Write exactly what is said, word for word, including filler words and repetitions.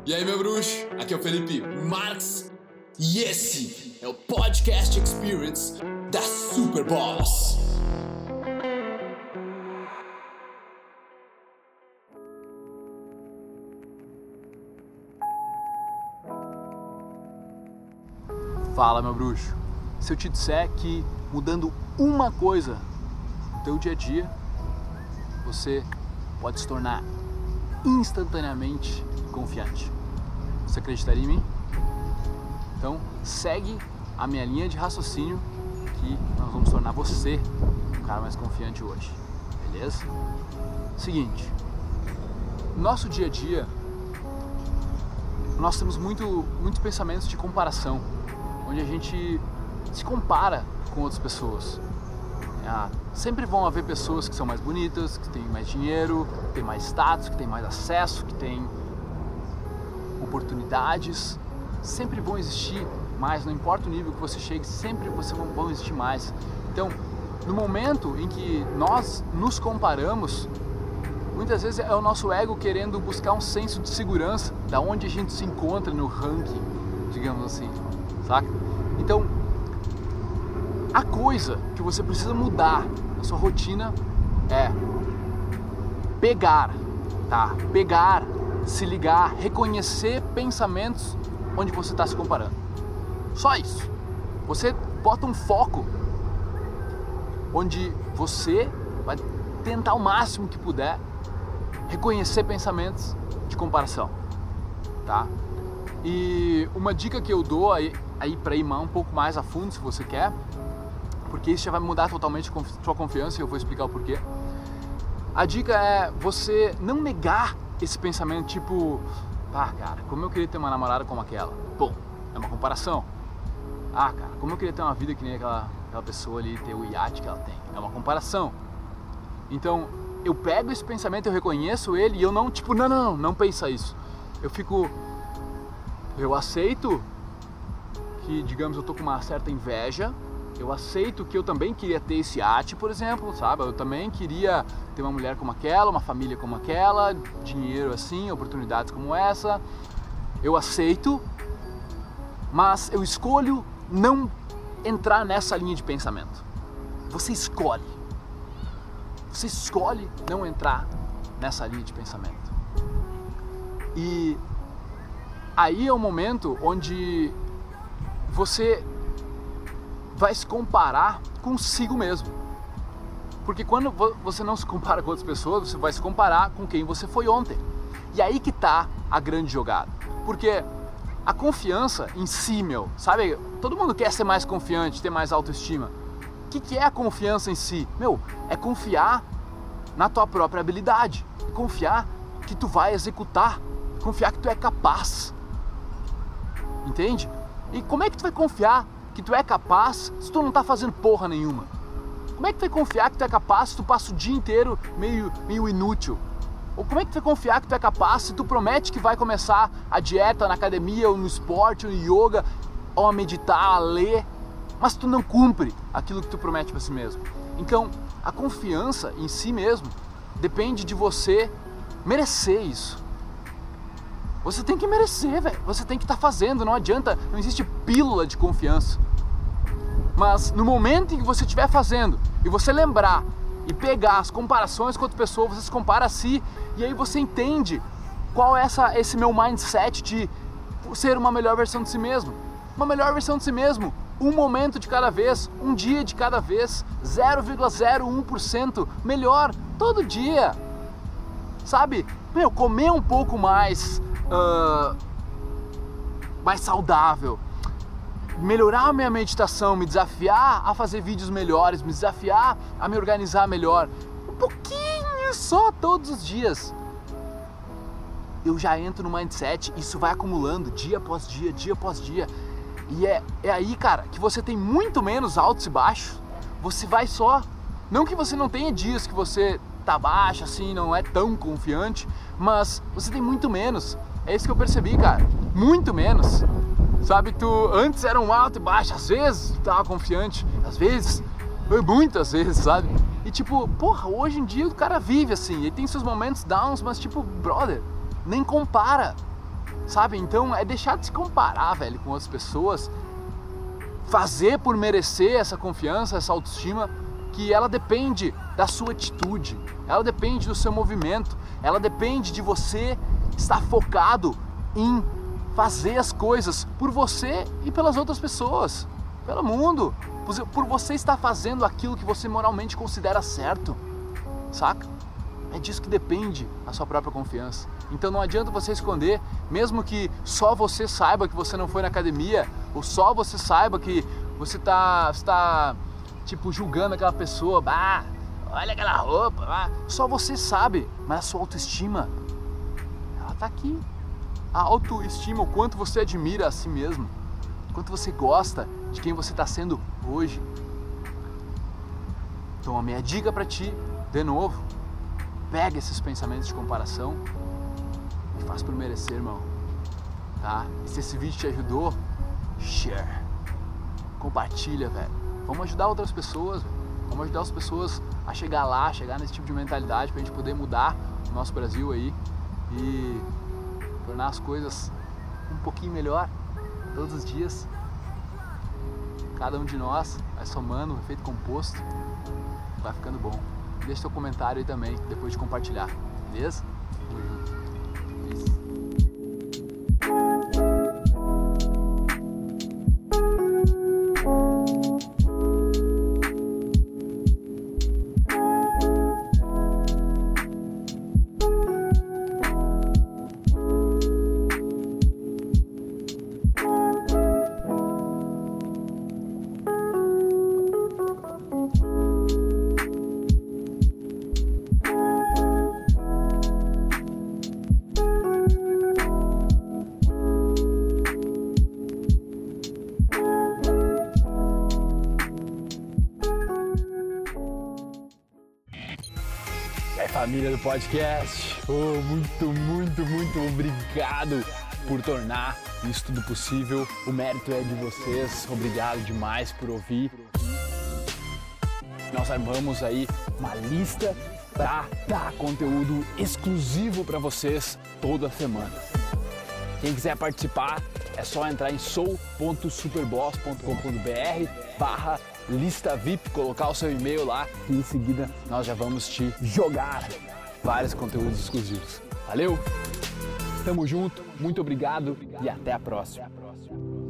E aí, meu bruxo? Aqui é o Felipe Marques e esse é o Podcast Experience da Super Boss. Fala, meu bruxo. Se eu te disser que mudando uma coisa no teu dia a dia, você pode se tornar instantaneamente confiante, você acreditaria em mim? Então segue a minha linha de raciocínio que nós vamos tornar você um cara mais confiante hoje, beleza? Seguinte, no nosso dia a dia nós temos muito, muitos pensamentos de comparação, onde a gente se compara com outras pessoas. Ah, sempre vão haver pessoas que são mais bonitas, que têm mais dinheiro, que têm mais status, que têm mais acesso, que têm oportunidades. Sempre vão existir mais, não importa o nível que você chegue, sempre você vão, vão existir mais. Então, no momento em que nós nos comparamos, muitas vezes é o nosso ego querendo buscar um senso de segurança da onde a gente se encontra no ranking, digamos assim, saca? Então, a coisa que você precisa mudar na sua rotina é pegar, tá? Pegar, se ligar, reconhecer pensamentos onde você está se comparando. Só isso. Você bota um foco onde você vai tentar o máximo que puder reconhecer pensamentos de comparação, tá? E uma dica que eu dou aí, aí para ir um pouco mais a fundo, se você quer, porque isso já vai mudar totalmente a sua confiança e eu vou explicar o porquê. A dica é você não negar esse pensamento tipo, ah, cara, como eu queria ter uma namorada como aquela. Bom, é uma comparação. Ah, cara, como eu queria ter uma vida que nem aquela, aquela pessoa ali, ter o iate que ela tem. É uma comparação. Então, eu pego esse pensamento, eu reconheço ele e eu não, tipo, não, não, não, não pensa isso. Eu fico, eu aceito que, digamos, eu tô com uma certa inveja. Eu aceito que eu também queria ter esse iate, por exemplo, sabe? Eu também queria ter uma mulher como aquela, uma família como aquela, dinheiro assim, oportunidades como essa. Eu aceito, mas eu escolho não entrar nessa linha de pensamento. Você escolhe. Você escolhe não entrar nessa linha de pensamento. E aí é o momento onde você vai se comparar consigo mesmo. Porque quando você não se compara com outras pessoas, você vai se comparar com quem você foi ontem. E aí que tá a grande jogada. Porque a confiança em si, meu, sabe? Todo mundo quer ser mais confiante, ter mais autoestima. O que, que é a confiança em si? Meu, é confiar na tua própria habilidade. É confiar que tu vai executar. Confiar que tu é capaz. Entende? E como é que tu vai confiar que tu é capaz se tu não tá fazendo porra nenhuma? Como é que tu vai confiar que tu é capaz se tu passa o dia inteiro meio, meio inútil? Ou como é que tu vai confiar que tu é capaz se tu promete que vai começar a dieta na academia, ou no esporte, ou no yoga, ou a meditar, a ler, mas tu não cumpre aquilo que tu promete para si mesmo? Então, a confiança em si mesmo depende de você merecer isso. Você tem que merecer, velho. Você tem que estar tá fazendo, não adianta, não existe pílula de confiança. Mas no momento em que você estiver fazendo e você lembrar e pegar as comparações com outra pessoa, você se compara a si e aí você entende qual é essa, esse meu mindset de ser uma melhor versão de si mesmo. Uma melhor versão de si mesmo, um momento de cada vez, um dia de cada vez, zero vírgula zero um por cento melhor todo dia. Sabe? Meu, comer um pouco mais Uh, mais saudável, melhorar a minha meditação, me desafiar a fazer vídeos melhores, me desafiar a me organizar melhor, um pouquinho só todos os dias, eu já entro no mindset, isso vai acumulando dia após dia, dia após dia, e é, é aí, cara, que você tem muito menos altos e baixos. Você vai só, não que você não tenha dias que você tá baixo assim, não é tão confiante, mas você tem muito menos. É isso que eu percebi, cara, muito menos. Sabe, tu antes era um alto e baixo, às vezes tu tava confiante, às vezes, muitas vezes, sabe? E tipo, porra, hoje em dia o cara vive assim, ele tem seus momentos downs, mas tipo, brother, nem compara. sabe? Então é deixar de se comparar, velho, com outras pessoas, fazer por merecer essa confiança, essa autoestima, que ela depende da sua atitude, ela depende do seu movimento, ela depende de você estar focado em fazer as coisas por você e pelas outras pessoas, pelo mundo, por você estar fazendo aquilo que você moralmente considera certo, saca? É disso que depende a sua própria confiança. Então não adianta você esconder, mesmo que só você saiba que você não foi na academia, ou só você saiba que você está tá, tipo, julgando aquela pessoa, bah, olha aquela roupa, bah. Só você sabe, mas a sua autoestima, ela tá aqui. A autoestima, o quanto você admira a si mesmo, o quanto você gosta de quem você está sendo hoje. Então a minha dica para ti, de novo, pega esses pensamentos de comparação e faz por merecer, irmão. Tá? E se esse vídeo te ajudou, share. Compartilha, velho. Vamos ajudar outras pessoas, velho. Vamos ajudar as pessoas a chegar lá, chegar nesse tipo de mentalidade pra gente poder mudar o nosso Brasil aí e tornar as coisas um pouquinho melhor todos os dias. Cada um de nós vai somando, efeito composto, vai ficando bom. Deixa seu comentário aí também, depois de compartilhar, beleza? Tamo junto. Isso. Família do podcast, oh, muito, muito, muito obrigado por tornar isso tudo possível. O mérito é de vocês, obrigado demais por ouvir. Nós armamos aí uma lista para dar conteúdo exclusivo para vocês toda semana. Quem quiser participar é só entrar em sou ponto superboss ponto com ponto br barra lista V I P, colocar o seu e-mail lá e em seguida nós já vamos te jogar vários conteúdos exclusivos. Valeu? Tamo junto, muito obrigado e até a próxima.